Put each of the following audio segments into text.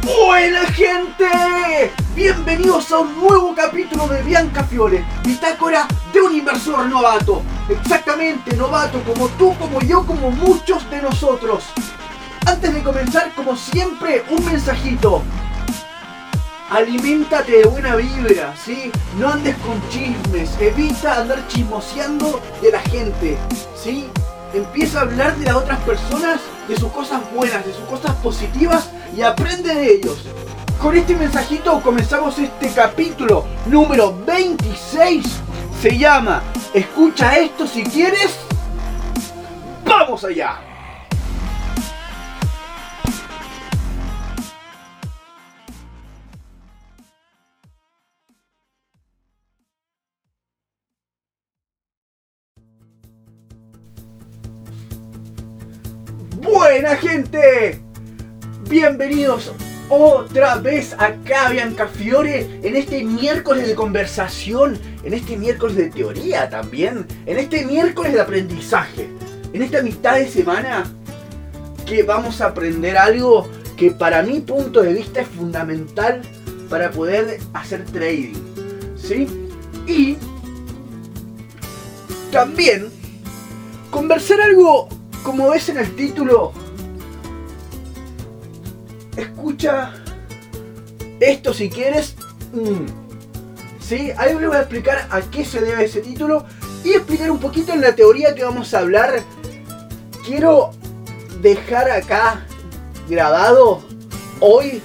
Buena gente, bienvenidos a un nuevo capítulo de Biancafiore, bitácora de un inversor novato. Exactamente, novato como tú, como yo, como muchos de nosotros. Antes de comenzar, como siempre, un mensajito. Aliméntate de buena vibra, ¿sí? No andes con chismes, evita andar chismoseando de la gente, ¿sí? Empieza a hablar de las otras personas, de sus cosas buenas, de sus cosas positivas y aprende de ellos. Con este mensajito comenzamos este capítulo número 26. Se llama Escucha esto si quieres. ¡Vamos allá! Buena gente, bienvenidos otra vez acá a Biancafiore en este miércoles de conversación, en este miércoles de teoría también, en este miércoles de aprendizaje, en esta mitad de semana que vamos a aprender algo que para mi punto de vista es fundamental para poder hacer trading, ¿sí? Y también conversar algo, como ves en el título, escucha esto si quieres. ¿Sí? Ahí les voy a explicar a qué se debe ese título y explicar un poquito en la teoría que vamos a hablar. Quiero dejar acá grabado hoy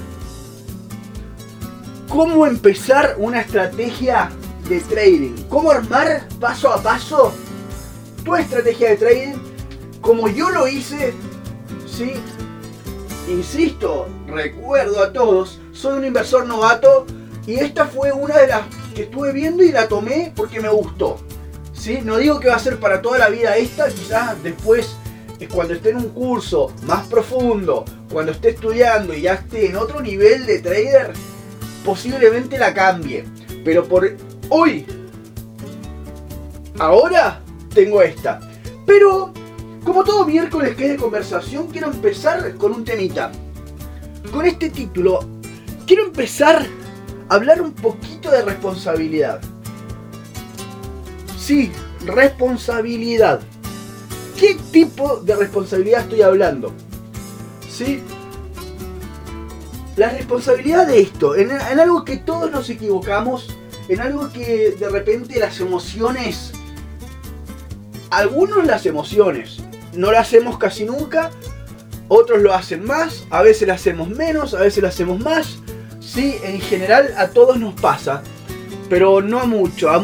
cómo empezar una estrategia de trading, cómo armar paso a paso tu estrategia de trading como yo lo hice, ¿sí? Insisto, recuerdo a todos, soy un inversor novato y esta fue una de las que estuve viendo y la tomé porque me gustó, ¿sí? No digo que va a ser para toda la vida esta, quizás después, cuando esté en un curso más profundo, cuando esté estudiando y ya esté en otro nivel de trader, posiblemente la cambie. Pero por hoy, ahora, tengo esta. Pero como todo miércoles que es de conversación, quiero empezar con un temita. Con este título, quiero empezar a hablar un poquito de responsabilidad. Sí, responsabilidad. ¿Qué tipo de responsabilidad estoy hablando? ¿Sí? La responsabilidad de esto, en algo que todos nos equivocamos, en algo que de repente las emociones, algunos las emociones, no lo hacemos casi nunca, otros lo hacen más, a veces lo hacemos menos, a veces lo hacemos más. Sí, en general a todos nos pasa, pero no a muchos, a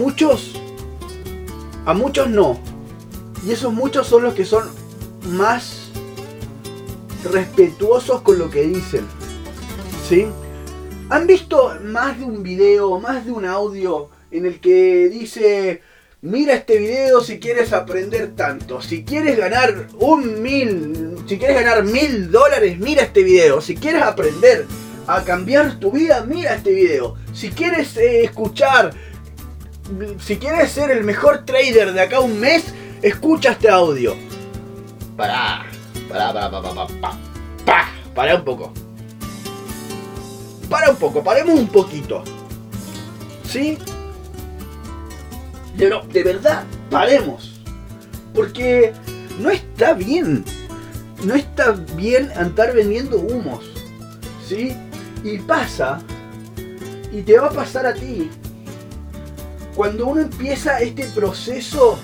muchos no. Y esos muchos son los que son más respetuosos con lo que dicen, ¿sí? ¿Han visto más de un video, más de un audio en el que dice: mira este video si quieres aprender tanto, si quieres ganar $1000, mira este video, si quieres aprender a cambiar tu vida, mira este video, si quieres si quieres ser el mejor trader de acá a un mes, escucha este audio? Pará un poco. Paremos un poquito, ¿sí? De verdad, paremos. Porque no está bien. No está bien andar vendiendo humos, ¿sí? Y pasa, y te va a pasar a ti, cuando uno empieza este proceso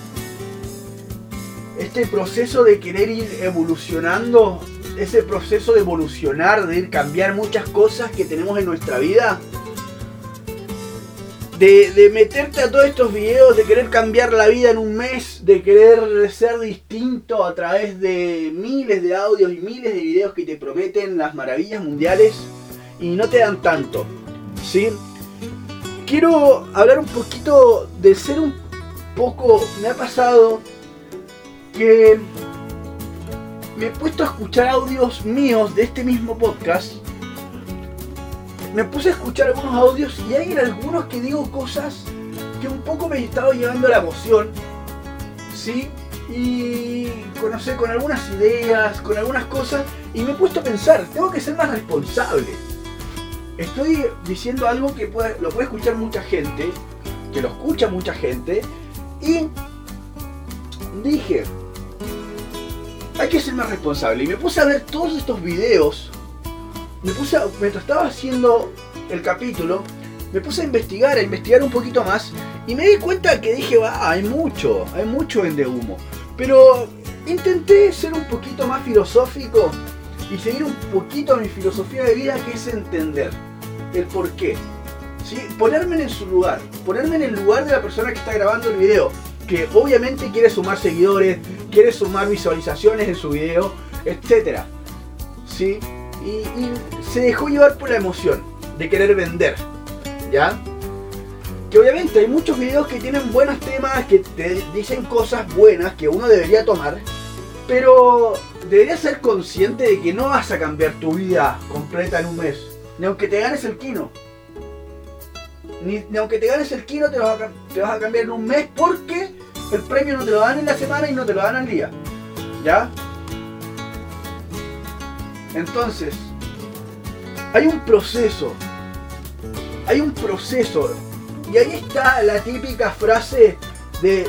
de querer ir evolucionando, ese proceso de evolucionar, de ir cambiar muchas cosas que tenemos en nuestra vida, de meterte a todos estos videos, de querer cambiar la vida en un mes, de querer ser distinto a través de miles de audios y miles de videos que te prometen las maravillas mundiales y no te dan tanto, ¿sí? Quiero hablar un poquito de ser un poco... Me ha pasado que me he puesto a escuchar audios míos de este mismo podcast. Me puse a escuchar algunos audios y hay en algunos que digo cosas que un poco me he estado llevando a la emoción, ¿sí? Y con algunas ideas, con algunas cosas, y me he puesto a pensar, tengo que ser más responsable. estoy diciendo algo que lo puede escuchar mucha gente, que lo escucha mucha gente, y dije, hay que ser más responsable. Y me puse a ver todos estos videos, mientras estaba haciendo el capítulo, me puse a investigar un poquito más, y me di cuenta que dije, hay mucho vende humo. Pero intenté ser un poquito más filosófico y seguir un poquito mi filosofía de vida, que es entender el porqué, ¿sí? Ponerme en su lugar, ponerme en el lugar de la persona que está grabando el video, que obviamente quiere sumar seguidores, quiere sumar visualizaciones en su video, etc. ¿Sí? Y se dejó llevar por la emoción de querer vender, ¿ya? Que obviamente hay muchos videos que tienen buenos temas, que te dicen cosas buenas que uno debería tomar, pero deberías ser consciente de que no vas a cambiar tu vida completa en un mes, ni aunque te ganes el Kino. Ni aunque te ganes el Kino te vas a cambiar en un mes, porque el premio no te lo dan en la semana y no te lo dan al día, ¿ya? Entonces, hay un proceso, y ahí está la típica frase de: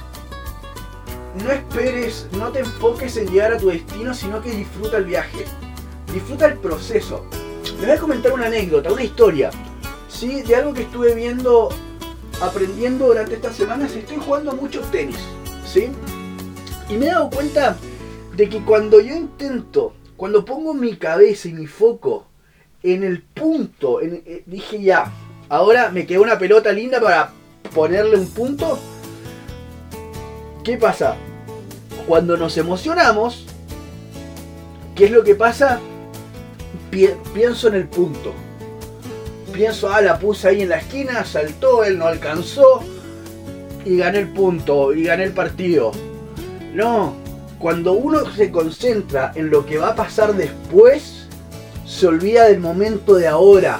no esperes, no te enfoques en llegar a tu destino, sino que disfruta el viaje, disfruta el proceso. Les voy a comentar una anécdota, una historia, ¿sí? De algo que estuve viendo, aprendiendo durante estas semanas. Estoy jugando mucho tenis, ¿sí? Y me he dado cuenta de que cuando pongo mi cabeza y mi foco en el punto, dije, ya, ahora me quedó una pelota linda para ponerle un punto. ¿Qué pasa? Cuando nos emocionamos, ¿qué es lo que pasa? Pienso en el punto. Pienso, la puse ahí en la esquina, saltó, él no alcanzó y gané el punto, y gané el partido. No, cuando uno se concentra en lo que va a pasar después, se olvida del momento de ahora.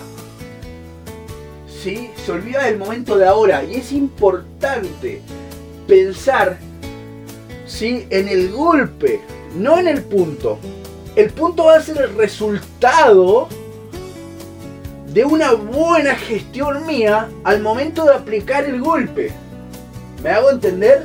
¿Sí? Se olvida del momento de ahora, y es importante pensar, ¿sí?, en el golpe, no en el punto. El punto va a ser el resultado de una buena gestión mía al momento de aplicar el golpe. ¿Me hago entender?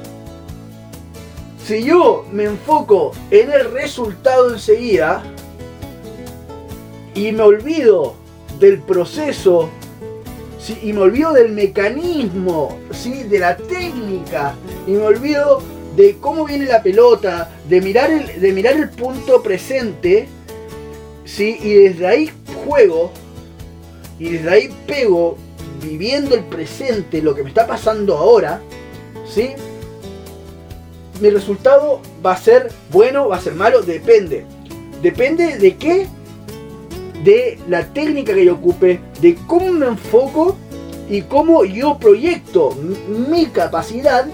Si yo me enfoco en el resultado enseguida y me olvido del proceso, ¿sí?, y me olvido del mecanismo, ¿sí?, de la técnica, y me olvido de cómo viene la pelota, de mirar el punto presente, ¿sí?, y desde ahí juego, y desde ahí pego, viviendo el presente, lo que me está pasando ahora, ¿sí?, mi resultado va a ser bueno, va a ser malo, depende. Depende de qué, de la técnica que yo ocupe, de cómo me enfoco y cómo yo proyecto mi capacidad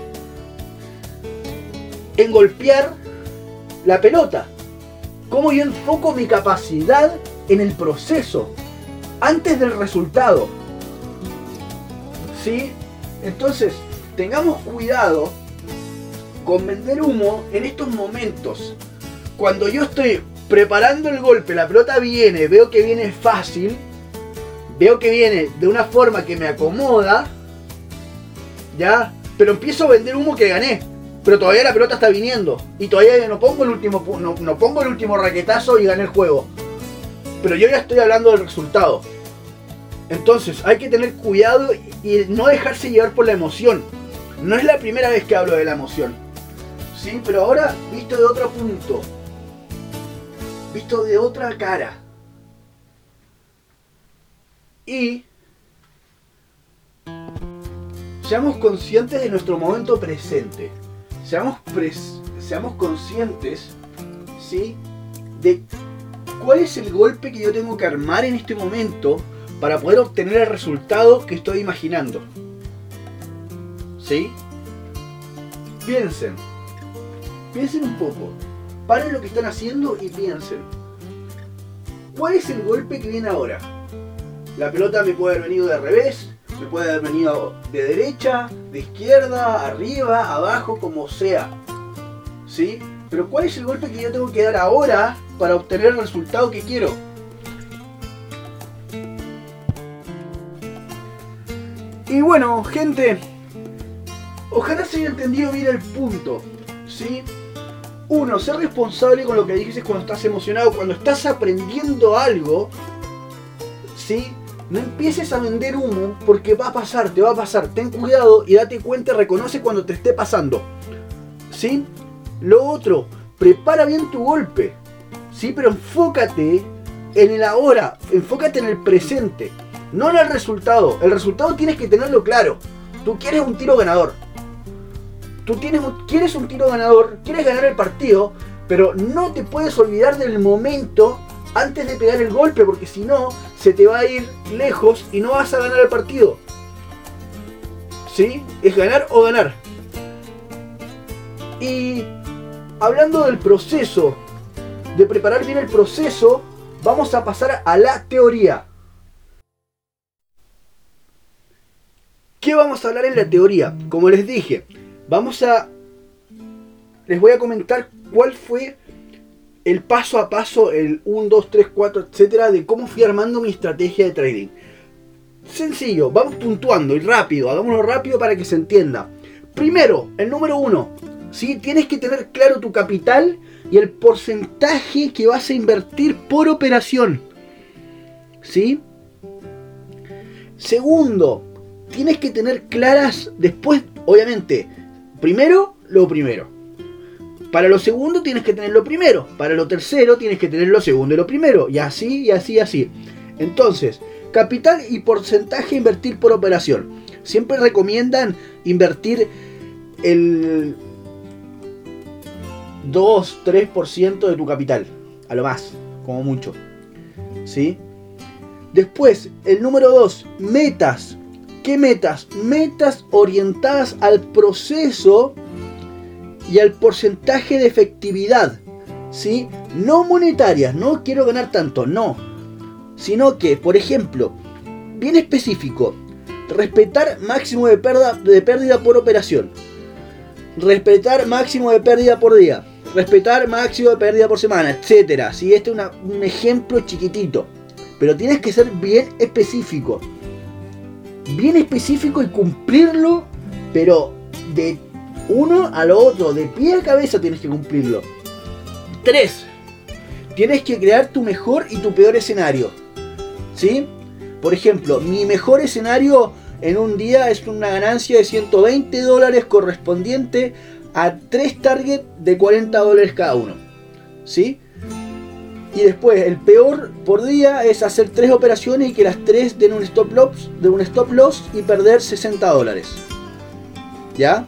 en golpear la pelota. Cómo yo enfoco mi capacidad en el proceso, antes del resultado. ¿Sí? Entonces, tengamos cuidado con vender humo en estos momentos. Cuando yo estoy preparando el golpe, la pelota viene, veo que viene fácil, veo que viene de una forma que me acomoda, ¿ya? Pero empiezo a vender humo que gané, pero todavía la pelota está viniendo, y todavía no pongo no pongo el último raquetazo y gané el juego, pero yo ya estoy hablando del resultado. Entonces hay que tener cuidado y no dejarse llevar por la emoción. No es la primera vez que hablo de la emoción, ¿sí? Pero ahora visto de otro punto, visto de otra cara. Y seamos conscientes de nuestro momento presente. Seamos conscientes, ¿sí?, de cuál es el golpe que yo tengo que armar en este momento para poder obtener el resultado que estoy imaginando. ¿Sí? Piensen un poco. Paren lo que están haciendo y piensen. ¿Cuál es el golpe que viene ahora? La pelota me puede haber venido de revés, me puede haber venido de derecha, de izquierda, arriba, abajo, como sea. ¿Sí? Pero ¿cuál es el golpe que yo tengo que dar ahora para obtener el resultado que quiero? Y bueno, gente, ojalá se haya entendido bien el punto, ¿sí? Uno, ser responsable con lo que dices cuando estás emocionado, cuando estás aprendiendo algo, ¿sí? No empieces a vender humo porque va a pasar, te va a pasar. Ten cuidado y date cuenta, reconoce cuando te esté pasando, ¿sí? Lo otro, prepara bien tu golpe, ¿sí? Pero enfócate en el ahora, enfócate en el presente, no en el resultado. El resultado tienes que tenerlo claro. Tú quieres un tiro ganador. Quieres un tiro ganador, quieres ganar el partido, pero no te puedes olvidar del momento antes de pegar el golpe, porque si no, se te va a ir lejos y no vas a ganar el partido. ¿Sí? Es ganar o ganar. Y hablando del proceso, de preparar bien el proceso, vamos a pasar a la teoría. ¿Qué vamos a hablar en la teoría? Como les dije, les voy a comentar cuál fue el paso a paso, el 1, 2, 3, 4, etcétera, de cómo fui armando mi estrategia de trading. Sencillo, vamos puntuando y rápido, hagámoslo rápido para que se entienda. Primero, el número 1, ¿sí? Tienes que tener claro tu capital y el porcentaje que vas a invertir por operación, ¿sí? Segundo, tienes que tener claras después, obviamente, primero, lo primero. Para lo segundo tienes que tener lo primero. Para lo tercero tienes que tener lo segundo y lo primero. Y así, y así, y así. Entonces, capital y porcentaje invertir por operación. Siempre recomiendan invertir el 2-3% de tu capital. A lo más, como mucho. ¿Sí? Después, el número 2, metas. ¿Qué metas? Metas orientadas al proceso y al porcentaje de efectividad, ¿sí? No monetarias, no quiero ganar tanto, no. Sino que, por ejemplo, bien específico, respetar máximo de pérdida por operación. Respetar máximo de pérdida por día. Respetar máximo de pérdida por semana, etcétera. ¿Sí? Este es un ejemplo chiquitito. Pero tienes que ser bien específico. Bien específico y cumplirlo, pero de uno a lo otro, de pie a cabeza tienes que cumplirlo. 3. Tienes que crear tu mejor y tu peor escenario, ¿sí? Por ejemplo, mi mejor escenario en un día es una ganancia de $120 correspondiente a 3 targets de $40 cada uno, ¿sí? Y después, el peor por día es hacer 3 operaciones y que las 3 den un stop loss y perder $60. ¿Ya?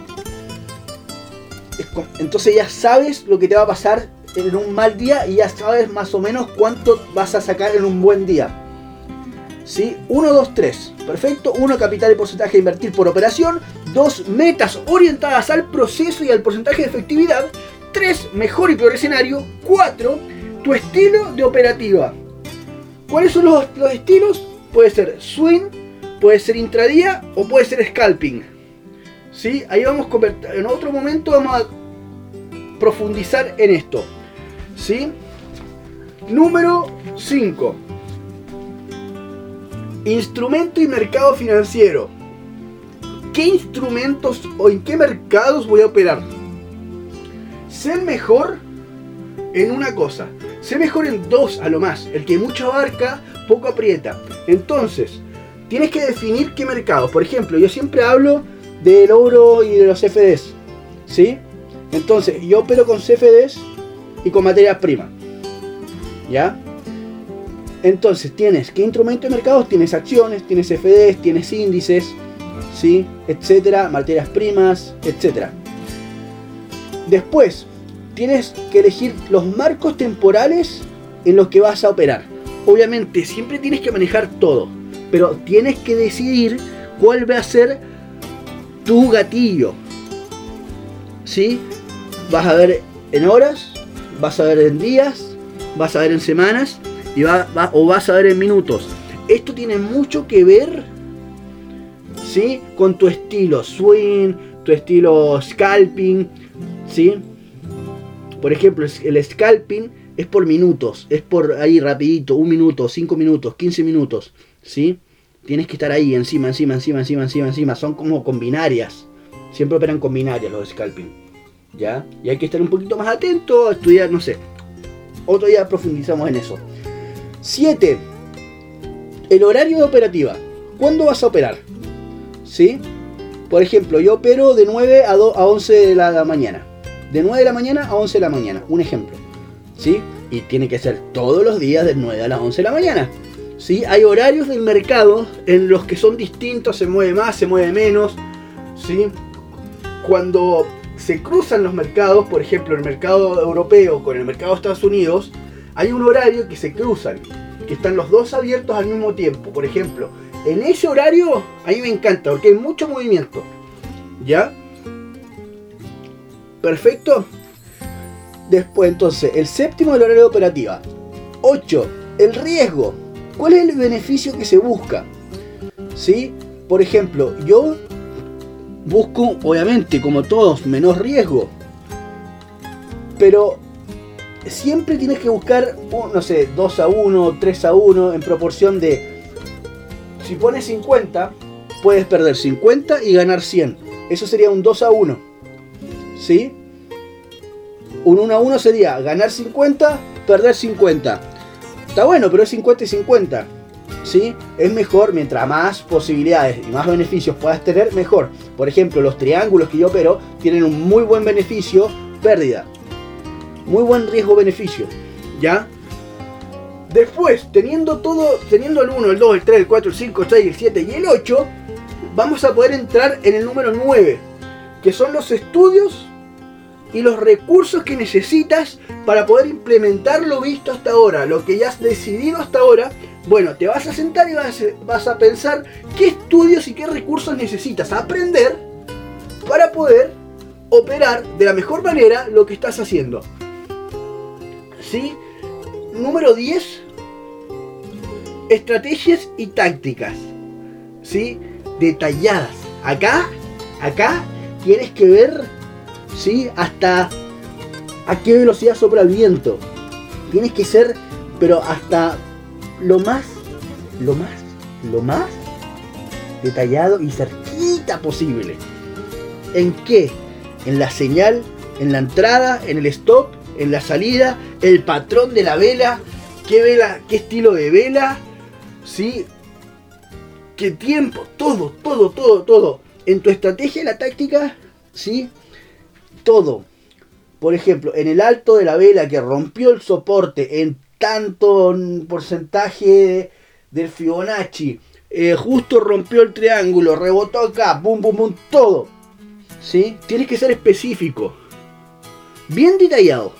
Entonces ya sabes lo que te va a pasar en un mal día y ya sabes más o menos cuánto vas a sacar en un buen día. ¿Sí? 1, 2, 3. Perfecto. 1, capital y porcentaje de invertir por operación. 2, metas orientadas al proceso y al porcentaje de efectividad. 3, mejor y peor escenario. 4, tu estilo de operativa. ¿Cuáles son los estilos? Puede ser swing, puede ser intradía o puede ser scalping. ¿Sí? Ahí vamos a en otro momento vamos a profundizar en esto. ¿Sí? Número 5. Instrumento y mercado financiero. ¿Qué instrumentos o en qué mercados voy a operar? Sé el mejor en una cosa. Sé mejor en 2 a lo más. El que mucho abarca, poco aprieta. Entonces, tienes que definir qué mercados. Por ejemplo, yo siempre hablo del oro y de los CFDs, ¿sí? Entonces, yo opero con CFDs y con materias primas, ¿ya? Entonces, tienes qué instrumento de mercados, tienes acciones, tienes CFDs, tienes índices, ¿sí? Etcétera, materias primas, etcétera. Después, tienes que elegir los marcos temporales en los que vas a operar. Obviamente, siempre tienes que manejar todo, pero tienes que decidir cuál va a ser tu gatillo, ¿sí? Vas a ver en horas, vas a ver en días, vas a ver en semanas y vas a ver en minutos. Esto tiene mucho que ver, ¿sí? Con tu estilo swing, tu estilo scalping, ¿sí? Por ejemplo, el scalping es por minutos, es por ahí rapidito, 1 minuto, 5 minutos, 15 minutos, ¿sí? Tienes que estar ahí, encima. Son como con binarias. Siempre operan con binarias los scalping. ¿Ya? Y hay que estar un poquito más atento, a estudiar, no sé. Otro día profundizamos en eso. 7. El horario de operativa. ¿Cuándo vas a operar? ¿Sí? Por ejemplo, yo opero de 9 a 11 de la mañana. De 9 de la mañana a 11 de la mañana. Un ejemplo. ¿Sí? Y tiene que ser todos los días de 9 a las 11 de la mañana. ¿Sí? Hay horarios del mercado en los que son distintos, se mueve más, se mueve menos. ¿Sí? Cuando se cruzan los mercados, por ejemplo el mercado europeo con el mercado de Estados Unidos, hay un horario que se cruzan, que están los dos abiertos al mismo tiempo. Por ejemplo, en ese horario a mí me encanta porque hay mucho movimiento. ¿Ya? Perfecto. Después entonces, el séptimo del horario de operativa. 8. El riesgo. ¿Cuál es el beneficio que se busca? ¿Sí? Por ejemplo, yo busco, obviamente, como todos, menos riesgo. Pero siempre tienes que buscar, no sé, 2 a 1, 3 a 1, en proporción de... Si pones 50, puedes perder 50 y ganar 100. Eso sería un 2 a 1. ¿Sí? Un 1 a 1 sería ganar 50, perder 50. Está bueno, pero es 50 y 50. ¿Sí? Es mejor, mientras más posibilidades y más beneficios puedas tener, mejor. Por ejemplo, los triángulos que yo opero tienen un muy buen beneficio, pérdida. Muy buen riesgo-beneficio. ¿Ya? Después, teniendo el 1, el 2, el 3, el 4, el 5, el 6, el 7 y el 8, vamos a poder entrar en el número 9, que son los estudios y los recursos que necesitas para poder implementar lo visto hasta ahora, lo que ya has decidido hasta ahora. Bueno, te vas a sentar y vas a pensar qué estudios y qué recursos necesitas aprender para poder operar de la mejor manera lo que estás haciendo. ¿Sí? Número 10. Estrategias y tácticas. ¿Sí? Detalladas. Acá tienes que ver, ¿sí? Hasta a qué velocidad sopla el viento. Tienes que ser, pero hasta lo más detallado y cerquita posible. ¿En qué? En la señal, en la entrada, en el stop, en la salida, el patrón de la vela, qué estilo de vela, ¿sí? ¿Qué tiempo? Todo. En tu estrategia y la táctica, ¿sí? Todo. Por ejemplo, en el alto de la vela que rompió el soporte en tanto porcentaje del Fibonacci, justo rompió el triángulo, rebotó acá, boom, todo. ¿Sí? Tienes que ser específico. Bien detallado.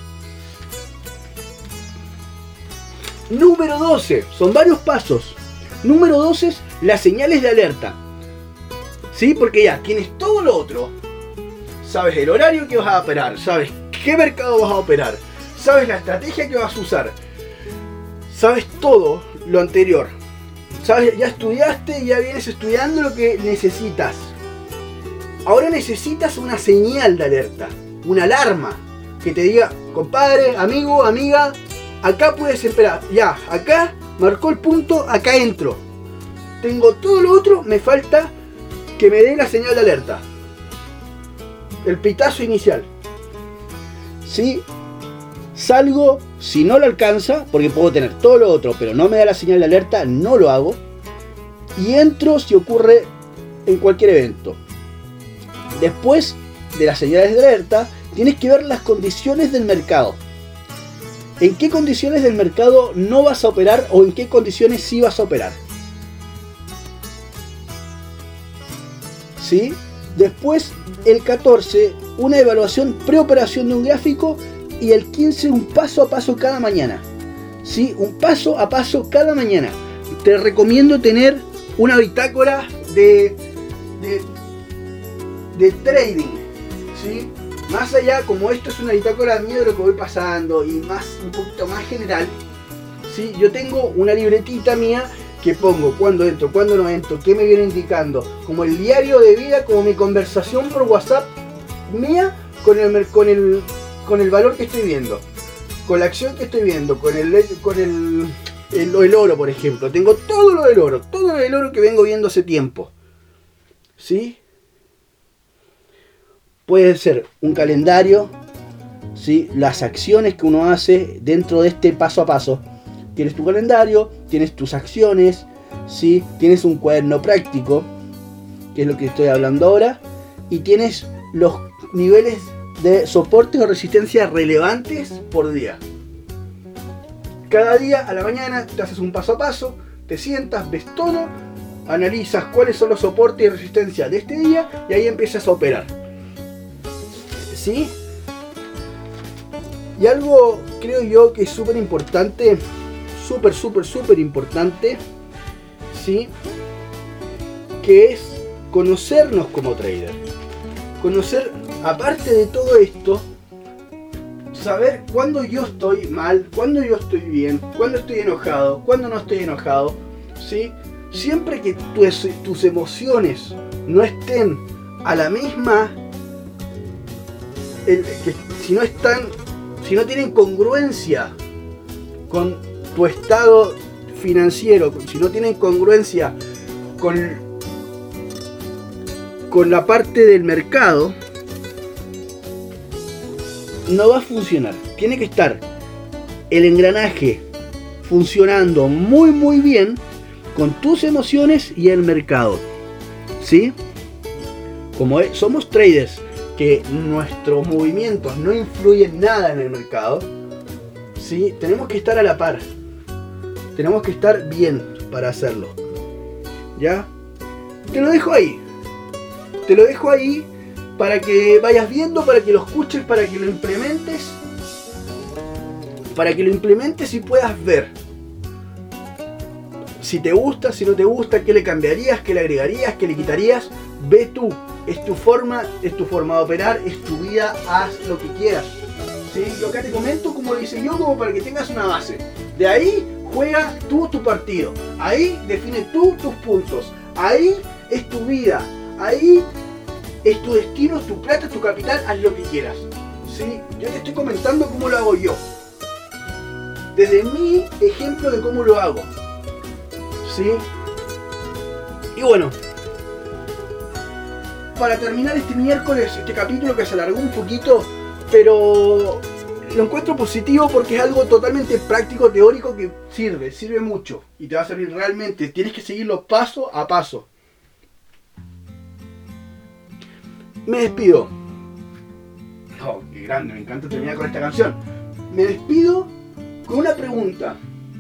Número 12. Son varios pasos. Número 12 es las señales de alerta. ¿Sí? Porque ya tienes todo lo otro. Sabes el horario que vas a operar. Sabes qué mercado vas a operar. Sabes la estrategia que vas a usar. Sabes todo lo anterior. Sabes, ya estudiaste, ya vienes estudiando lo que necesitas. Ahora necesitas una señal de alerta. Una alarma. Que te diga, compadre, amigo, amiga, acá puedes esperar. Ya, acá marcó el punto, acá entro. Tengo todo lo otro, me falta que me dé la señal de alerta. El pitazo inicial. ¿Sí? Salgo, si no lo alcanza, porque puedo tener todo lo otro, pero no me da la señal de alerta, no lo hago. Y entro si ocurre en cualquier evento. Después de las señales de alerta, tienes que ver las condiciones del mercado. ¿En qué condiciones del mercado no vas a operar o en qué condiciones sí vas a operar? ¿Sí? Después, el 14, una evaluación preoperación de un gráfico, y el 15, un paso a paso cada mañana. ¿Sí? Un paso a paso cada mañana. Te recomiendo tener una bitácora de trading. ¿Sí? Más allá, como esto es una bitácora mía de lo que voy pasando y más un poquito más general, ¿sí? Yo tengo una libretita mía que pongo cuando entro, cuando no entro, qué me viene indicando, como el diario de vida, como mi conversación por WhatsApp mía con el valor que estoy viendo, con la acción que estoy viendo, con el el oro, por ejemplo. Tengo todo lo del oro que vengo viendo hace tiempo. ¿Sí? Puede ser un calendario, ¿sí? Las acciones que uno hace dentro de este paso a paso. Tienes tu calendario, tienes tus acciones, ¿sí? Tienes un cuaderno práctico, que es lo que estoy hablando ahora, y tienes los niveles de soporte o resistencia relevantes por día. Cada día a la mañana te haces un paso a paso, te sientas, ves todo, analizas cuáles son los soportes y resistencia de este día y ahí empiezas a operar. ¿Sí? Y algo creo yo que es súper importante, súper importante, ¿sí? Que es conocernos como trader. Conocer, aparte de todo esto, saber cuándo yo estoy mal, cuándo yo estoy bien, cuándo estoy enojado, cuándo no estoy enojado, ¿sí? Siempre que tus emociones no estén a la misma, si no tienen congruencia con tu estado financiero, si no tienen congruencia con la parte del mercado, no va a funcionar. Tiene que estar el engranaje funcionando muy bien con tus emociones y el mercado, ¿sí? Como somos traders que nuestros movimientos no influyen nada en el mercado, ¿sí? Tenemos que estar a la par, tenemos que estar bien para hacerlo, ¿ya? Te lo dejo ahí para que vayas viendo, para que lo escuches, para que lo implementes y puedas ver si te gusta, si no te gusta, qué le cambiarías, qué le agregarías, qué le quitarías. Ve tú, es tu forma de operar, es tu vida, haz lo que quieras, ¿sí? Yo acá te comento como lo hice yo, como para que tengas una base. De ahí juega tú tu partido, ahí define tú tus puntos, ahí es tu vida, ahí es tu destino, es tu plata, es tu capital, haz lo que quieras, ¿sí? Yo te estoy comentando cómo lo hago yo, desde mi ejemplo de cómo lo hago, ¿sí? Y bueno, para terminar este miércoles, este capítulo que se alargó un poquito, pero lo encuentro positivo porque es algo totalmente práctico, teórico, que sirve mucho y te va a servir realmente. Tienes que seguirlo paso a paso. Me despido. Oh, qué grande, me encanta terminar con esta canción. Me despido con una pregunta.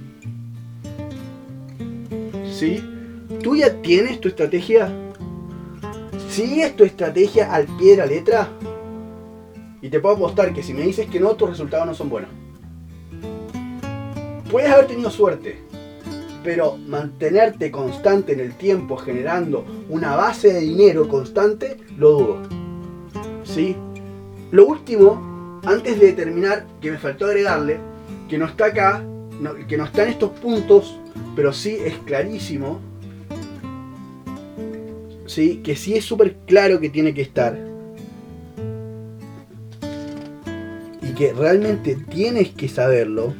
¿Sí? ¿Tú ya tienes tu estrategia? ¿Sigues tu estrategia al pie de la letra? Y te puedo apostar que si me dices que no, tus resultados no son buenos. Puedes haber tenido suerte, pero mantenerte constante en el tiempo generando una base de dinero constante, lo dudo. ¿Sí? Lo último, antes de terminar, que me faltó agregarle, que no está acá, que no está en estos puntos, pero sí es clarísimo, ¿sí? Que sí es súper claro que tiene que estar, y que realmente tienes que saberlo,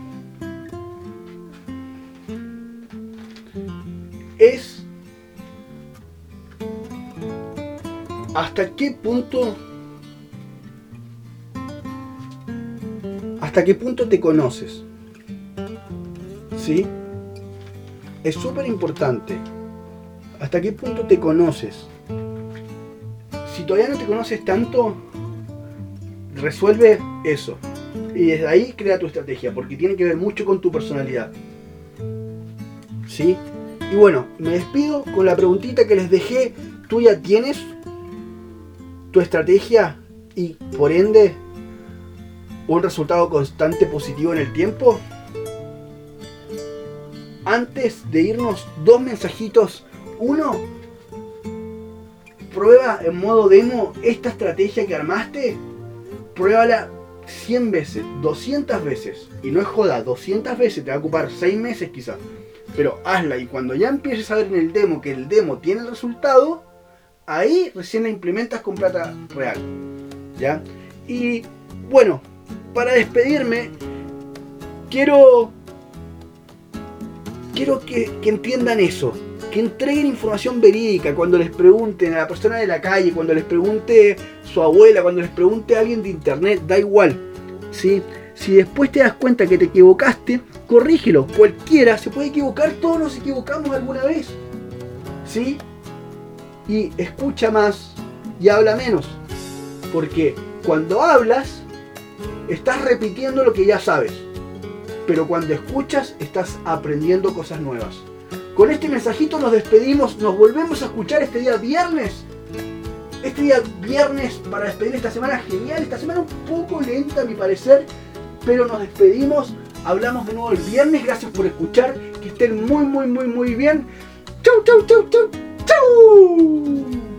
es hasta qué punto te conoces, ¿sí? Es súper importante. ¿Hasta qué punto te conoces? Si todavía no te conoces tanto, resuelve eso. Y desde ahí crea tu estrategia, porque tiene que ver mucho con tu personalidad, ¿sí? Y bueno, me despido con la preguntita que les dejé. ¿Tú ya tienes tu estrategia y por ende un resultado constante positivo en el tiempo? Antes de irnos, 2 mensajitos. 1, prueba en modo demo esta estrategia que armaste. Pruébala 100 veces, 200 veces. Y no es joda, 200 veces te va a ocupar 6 meses quizás. Pero hazla, y cuando ya empieces a ver en el demo que el demo tiene el resultado, ahí recién la implementas con plata real, ¿ya? Y bueno, para despedirme, quiero quiero que entiendan eso. Que entreguen información verídica cuando les pregunten a la persona de la calle, cuando les pregunte su abuela, cuando les pregunte a alguien de internet, da igual, ¿sí? Si después te das cuenta que te equivocaste, corrígelo. Cualquiera se puede equivocar, todos nos equivocamos alguna vez, ¿sí? Y escucha más y habla menos. Porque cuando hablas, estás repitiendo lo que ya sabes. Pero cuando escuchas, estás aprendiendo cosas nuevas. Con este mensajito nos despedimos, nos volvemos a escuchar este día viernes. Este día viernes para despedir esta semana genial, esta semana un poco lenta a mi parecer, pero nos despedimos, hablamos de nuevo el viernes, gracias por escuchar, que estén muy bien. Chau, chau, chau, chau, chau.